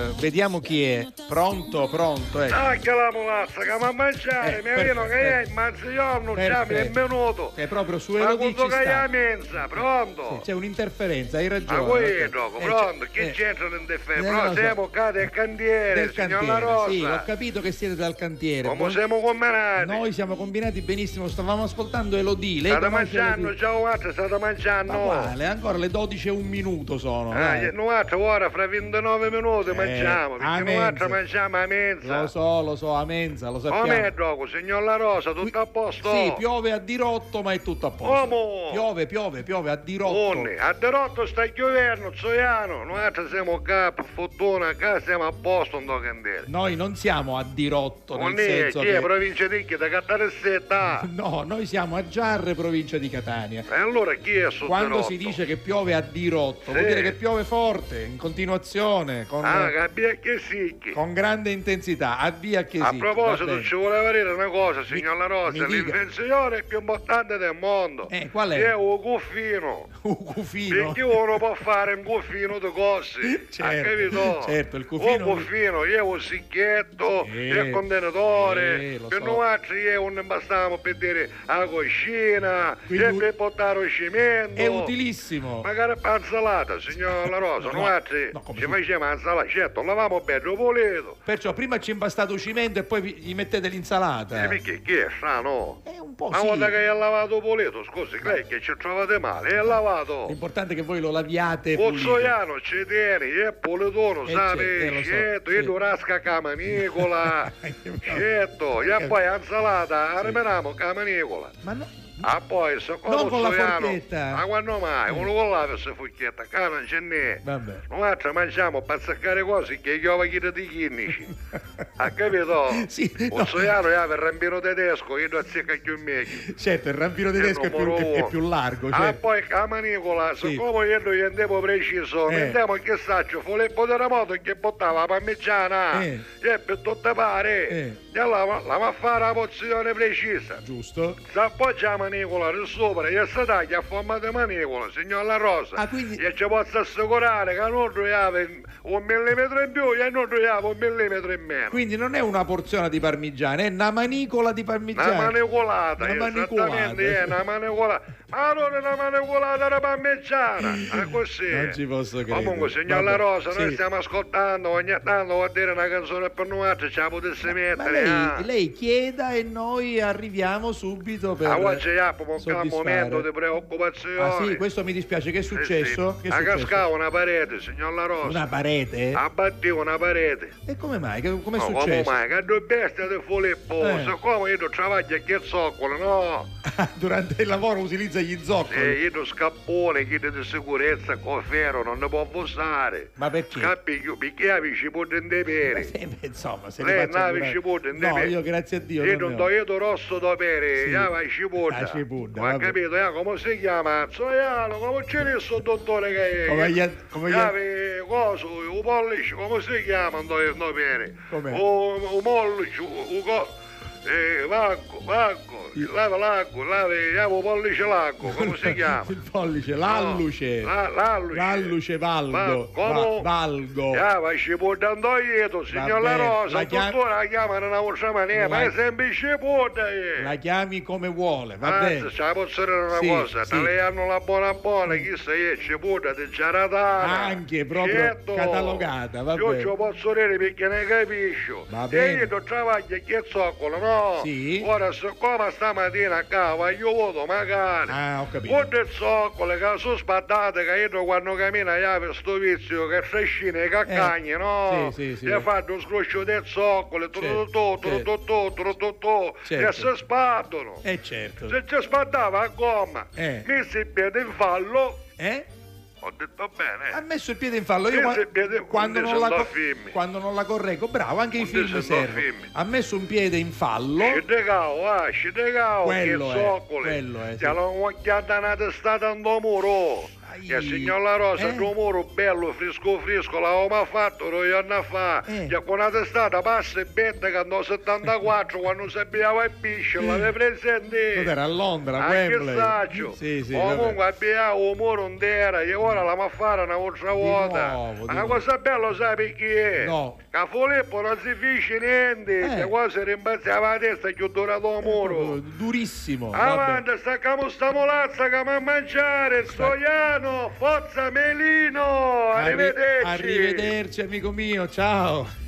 vediamo chi è. Pronto, che la mulazza che va a mangiare, mi viene che è in mezzogiorno, già mi è minuto. È proprio su Ma Elodie quando ci che è sta. a mensa, pronto? Sì, c'è un'interferenza, hai ragione. Ma poi gioco, pronto, che c'entra l'interferenza? Però siamo qua del cantiere, signor La Rosa. Sì, ho capito che siete dal cantiere. Come siamo combinati? Noi siamo combinati benissimo, stavamo ascoltando Elodie. Lei state mangiando, ciao Matta, state mangiando. Ma quale? Ancora le 12 e un minuto sono. Un'altra ora, fra 29 minuti mangiamo, perché un'altra mangiamo a mensa. Lo so, a mensa, lo sappiamo. Come è gioco, signor La Rosa, tutto a posto? Sì, piove a dirotto, ma è tutto a posto. Come? Piove a dirotto. A dirotto sta il governo, Zoiano. Noi siamo qua, per fortuna, qua siamo a posto, non candele. Noi non siamo a dirotto, nel senso chi è provincia di Chi? Da Catanessetta? No, noi siamo a Giarre, provincia di Catania. E allora chi è sotto Quando si dice che piove a dirotto, vuol dire che piove forte, in continuazione, con grande intensità, a via che A proposito, ci voleva dire una cosa, signor La Rosa, l'invenzione più importante del mondo. Qual è? È un cuffino. Un cuffino? Perché uno può fare un cuffino di cose, capito? Certo, il cuffino. Un cuffino, è un sicchetto, è un contenitore, per noi altri è un bastavamo per dire la cucina, è per portare il cemento. È utilissimo. Magari per insalata, signor La Rosa, noi altri ci facciamo insalata, certo, lavamo bello pulito. Perciò prima ci impastate il cemento e poi gli mettete l'insalata. Perché che è strano? È un po' Ma guarda che è lavato pulito, scusi, lei che ci trovate male, è lavato. L'importante è che voi lo laviate Pozzoiano, ci tieni, è pulitono, sape, certo, io durasca camanicola, certo, e poi insalata, armeniamo camanicola. Ma no. Poi so non con la forchetta. Ma quando mai? Uno con la questa forchetta, qua non ce n'è. Vabbè. Noi mangiamo per saccare cose che chiova chi di chinici. Ha capito? Sì. Pozzoiano è per rampino tedesco, io non zecca più meglio. Certo, il rampino tedesco è più largo. Certo. Poi camanicola, siccome io non andiamo preciso, mettiamo che saccio, Filippo Terremoto che portava la parmigiana, e per tutte pare, e allora la va a fare la pozione precisa. Giusto. Si appoggia manicola sopra e si taglia a forma di manicola, signor La Rosa. Quindi... E ci posso assicurare che non troviamo 1 millimetro in più e non troviamo 1 millimetro in meno. Quindi non è una porzione di parmigiana, è una manicola di parmigiana. Una manicolata, esattamente, è una manicolata. Ma non è una manicolata da parmigiana, così. Non ci posso credere. Comunque, signor La Rosa, noi stiamo ascoltando, ogni tanto vuol dire una canzone per noi, ce la potesse mettere. Ma lei chieda e noi arriviamo subito per... un momento di preoccupazione. Sì, questo mi dispiace. Che è successo? Che è successo? Cascava una parete, signor La Rosa. Una parete? Abbattiva una parete. E come mai? Come è successo? Come mai? Che due bestie di Filippo. Siccome io travaglio a che zoccolo, no? Durante il lavoro utilizza gli zoccoli? Io scappone, chiede di sicurezza con ferro, non ne può abusare. Ma perché? Scappi più, perché avici può indepere. Insomma, se lei non avici può indepere. No, io grazie a Dio. Io non do io rosso da pere, io vai cipolla. Ma capito, come si chiama? Zoiano, come c'è il dottore che è? Come coso, un pollice, come si chiama? Non do bene. Un mollice, vacco, lava l'acqua, lava pollice l'acqua, come si chiama? Il pollice, l'alluce. L'alluce valgo. Valgo. Vai cipolla andò io, signor La Rosa, il dottore la chiama in un'altra maniera, ma è sempre cipolla. La chiami come vuole, va bene. Se la posso dire una cosa, lei hanno la buona, chi sei cipolla di Giaratana. Anche proprio catalogata, va bene. Io ce lo posso dire perché ne capisco. Va bene. E io travaglio che zoccolo, no? Sì. Ora siccome stamattina qua voglio voto magari. Ho capito. Guarda il zoccolo che sono sbattate che io quando cammino per sto vizio che trascina i caccagne, no? Sì. E fatto un scroscio del zoccolo e e si sbattono. Certo. Se ci sbattava a gomma, mi si piede in fallo. Ho detto bene. Ha messo il piede in fallo. Io quando non la correggo, bravo, anche i film servono. Ha messo un piede in fallo. Scidegao, quello che zoccoli. Quello è. Ti hanno occhiata una testata in muro. che signor La Rosa il muro bello fresco fresco l'avevamo fatto 2 anni fa che con una testata passa e betta che nel 74 quando si abbiava il piscio l'aveva presente era a Londra a Wembley comunque abbiamo un muro intero e ora la maffara una volta volta ma la cosa bella sai perché no a Filippo non si finisce niente che quasi rimbalzava la testa e chiudeva il muro durissimo avanti staccamo sta molazza che mi a mangiare Stoiano forza Melino arrivederci amico mio ciao